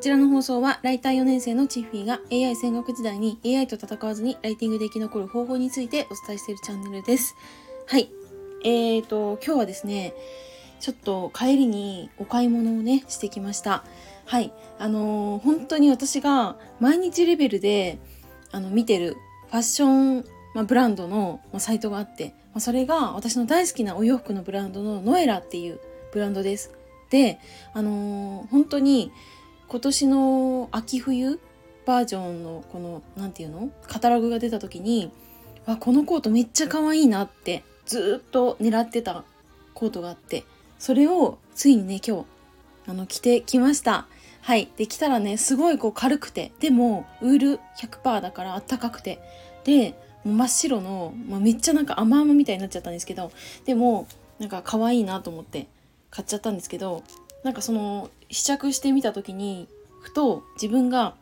ちらの放送はライター4年生のチッフィーが AI 戦国時代に AI と戦わずにライティングで生き残る方法についてお伝えしているチャンネルです。はい。今日はですね、ちょっと帰りにお買い物をね、してきました。はい。本当に私が毎日レベルで見てるファッション、ブランドのサイトがあって、それが私の大好きなお洋服のブランドのノエラっていうブランドです。で、本当に今年の秋冬バージョンのこのカタログが出た時に、このコートめっちゃ可愛いなってずっと狙ってたコートがあって、それをついにね今日着てきました。はい。で着たらねすごい軽くて、でもウール 100% だからあったかくて、でもう真っ白の、めっちゃ甘々みたいになっちゃったんですけど、でも可愛いなと思って買っちゃったんですけど、その試着してみた時にふと自分が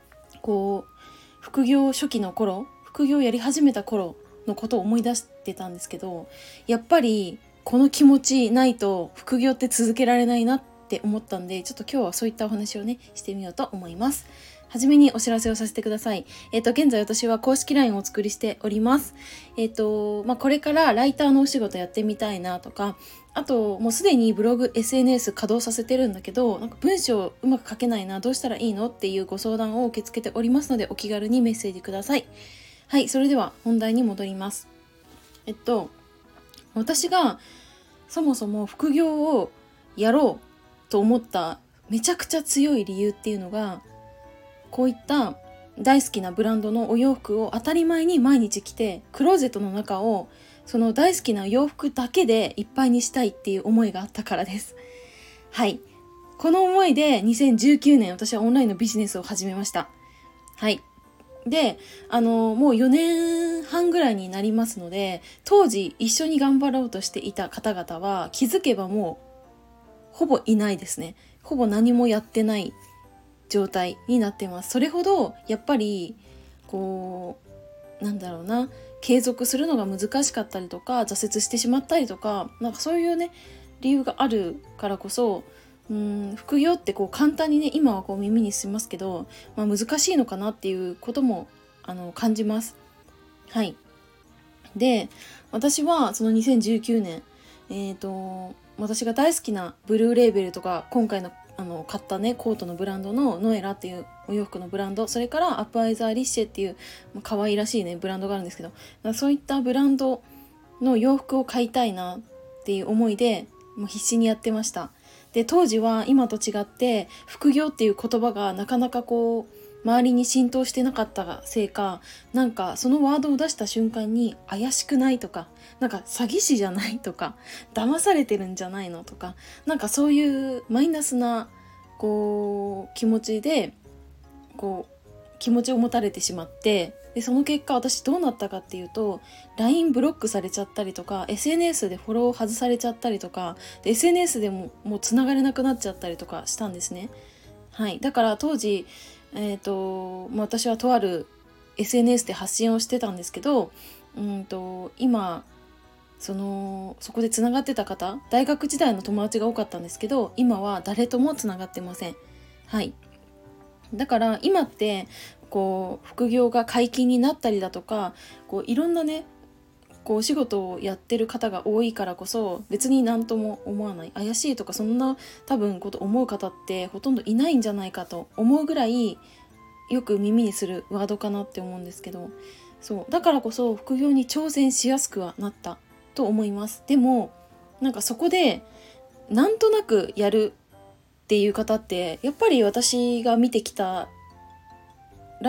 副業初期の頃、副業やり始めた頃のことを思い出してたんですけど、やっぱりこの気持ちないと副業って続けられないなって思ったんで、ちょっと今日はそういったお話をねしてみようと思います。はじめにお知らせをさせてください。現在私は公式 LINE をお作りしております。これからライターのお仕事やってみたいなとか、あともうすでにブログ SNS 稼働させてるんだけど、文章うまく書けないな、どうしたらいいのっていうご相談を受け付けておりますので、お気軽にメッセージください。はい、それでは本題に戻ります。私がそもそも副業をやろうと思っためちゃくちゃ強い理由っていうのが、こういった大好きなブランドのお洋服を当たり前に毎日着て、クローゼットの中をその大好きな洋服だけでいっぱいにしたいっていう思いがあったからです。はい。この思いで2019年私はオンラインのビジネスを始めました。はい。で、もう4年半ぐらいになりますので、当時一緒に頑張ろうとしていた方々は気づけばもうほぼいないですね。ほぼ何もやってない状態になってます。それほどやっぱり継続するのが難しかったりとか、挫折してしまったりとか、そういうね理由があるからこそ、副業って簡単にね今は耳にしますけど、難しいのかなっていうことも感じます。はい。で、私はその2019年、私が大好きなブルーレーベルとか、今回の買ったねコートのブランドのノエラっていうお洋服のブランド、それからアップアイザーリッシェっていう可愛らしいねブランドがあるんですけど、そういったブランドの洋服を買いたいなっていう思いでもう必死にやってました。で、当時は今と違って副業っていう言葉がなかなか周りに浸透してなかったせいか、そのワードを出した瞬間に怪しくないとか、詐欺師じゃないとか、騙されてるんじゃないのとか、そういうマイナスな気持ちで気持ちを持たれてしまって、でその結果私どうなったかっていうと、 LINE ブロックされちゃったりとか、 SNS でフォローを外されちゃったりとかで、 SNS でもうつながれなくなっちゃったりとかしたんですね。はい。だから当時私はとある SNS で発信をしてたんですけど、今そこでつながってた方、大学時代の友達が多かったんですけど、今は誰ともつながってません。はい。だから今って副業が解禁になったりだとか、いろんなねお仕事をやってる方が多いからこそ、別に何とも思わない、怪しいとかそんな多分こと思う方ってほとんどいないんじゃないかと思うぐらいよく耳にするワードかなって思うんですけど、そうだからこそ副業に挑戦しやすくはなったと思います。でもそこでなんとなくやるっていう方って、やっぱり私が見てきたこ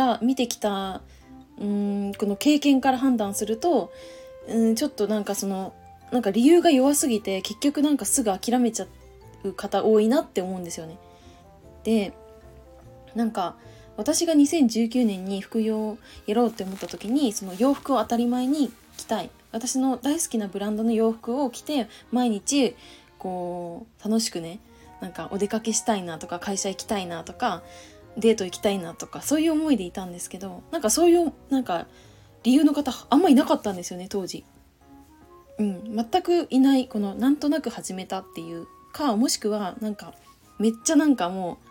の経験から判断すると、ちょっと理由が弱すぎて結局すぐ諦めちゃう方多いなって思うんですよね。で、私が2019年に副業をやろうって思った時に、その洋服を当たり前に着たい、私の大好きなブランドの洋服を着て毎日楽しくねお出かけしたいなとか、会社行きたいなとか、デート行きたいなとか、そういう思いでいたんですけど、そういう理由の方あんまいなかったんですよね当時。全くいない、なんとなく始めたっていうか、もしくはめっちゃも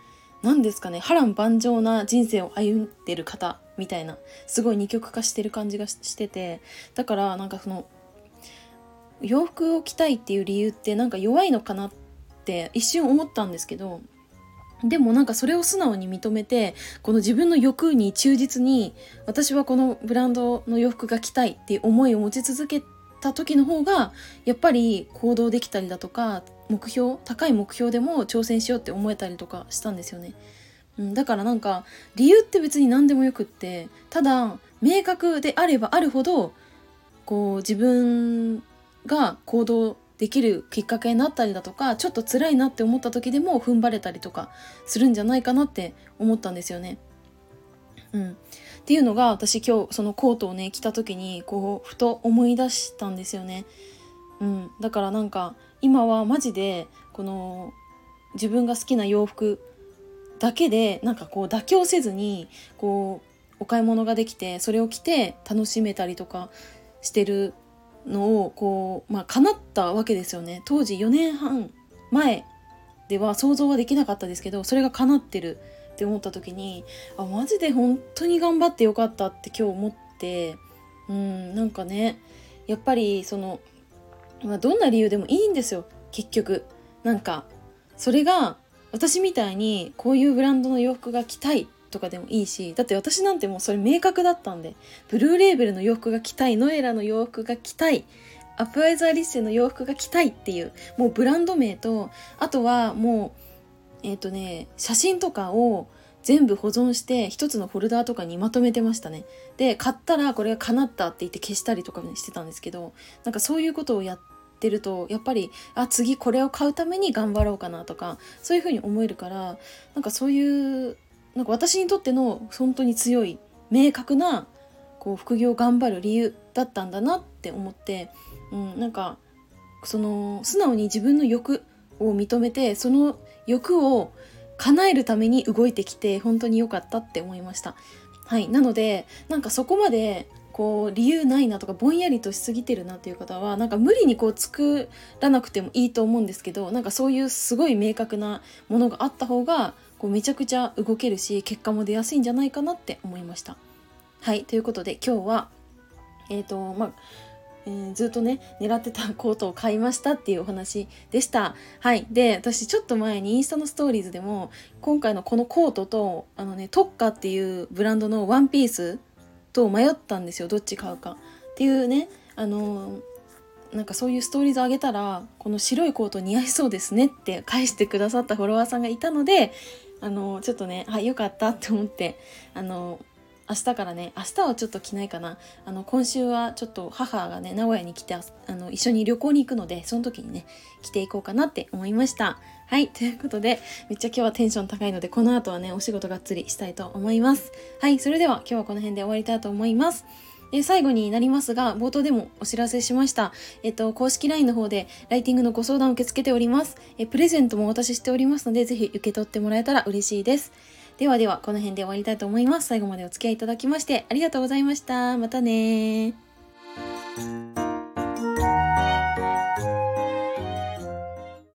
何ですかね、波乱万丈な人生を歩んでる方みたいな、すごい二極化してる感じがしてて、だからなんかその洋服を着たいっていう理由ってなんか弱いのかなって一瞬思ったんですけど、でもなんかそれを素直に認めて、この自分の欲に忠実に、私はこのブランドの洋服が着たいっていう思いを持ち続けた時の方が、やっぱり行動できたりだとか、高い目標でも挑戦しようって思えたりとかしたんですよね。だからなんか理由って別に何でもよくって、ただ明確であればあるほど、こう自分が行動できるきっかけになったりだとか、ちょっと辛いなって思った時でも踏ん張れたりとかするんじゃないかなって思ったんですよね。っていうのが、私今日そのコートをね着た時にこうふと思い出したんですよね。だからなんか今はマジでこの自分が好きな洋服だけでなんかこう妥協せずにこうお買い物ができて、それを着て楽しめたりとかしてるのをこう叶ったわけですよね。当時4年半前では想像はできなかったですけど、それが叶ってるって思った時に、マジで本当に頑張ってよかったって今日思って、なんかね、やっぱりその、どんな理由でもいいんですよ結局。なんかそれが私みたいにこういうブランドの洋服が着たいとかでもいいし、だって私なんてもうそれ明確だったんで、ブルーレーベルの洋服が着たい、ノエラの洋服が着たい、アプアイザーリッセの洋服が着たいっていう、もうブランド名と、あとはもう写真とかを全部保存して一つのフォルダーとかにまとめてましたね。で買ったらこれが叶ったって言って消したりとかしてたんですけど、なんかそういうことをやってるとやっぱり次これを買うために頑張ろうかなとか、そういう風に思えるから、なんかそういうなんか私にとっての本当に強い明確なこう副業を頑張る理由だったんだなって思って、なんかその素直に自分の欲を認めて、その欲を叶えるために動いてきて本当に良かったって思いました。なのでなんかそこまでこう理由ないなとかぼんやりとしすぎてるなっていう方は、なんか無理にこう作らなくてもいいと思うんですけど、なんかそういうすごい明確なものがあった方がこうめちゃくちゃ動けるし、結果も出やすいんじゃないかなって思いました。ということで今日はずっとね狙ってたコートを買いましたっていうお話でした。で、私ちょっと前にインスタのストーリーズでも今回のこのコートと特価っていうブランドのワンピースと迷ったんですよ、どっち買うかっていうね。なんかそういうストーリーズ上げたら、この白いコート似合いそうですねって返してくださったフォロワーさんがいたので、ちょっとねよかったって思って、明日からね、明日はちょっと着ないかな、今週はちょっと母がね名古屋に来て一緒に旅行に行くので、その時にね着ていこうかなって思いました。ということでめっちゃ今日はテンション高いので、この後はねお仕事がっつりしたいと思います。それでは今日はこの辺で終わりたいと思います。最後になりますが、冒頭でもお知らせしました。公式 LINE の方でライティングのご相談を受け付けております。プレゼントもお渡ししておりますので、ぜひ受け取ってもらえたら嬉しいです。ではでは、この辺で終わりたいと思います。最後までお付き合いいただきましてありがとうございました。またね。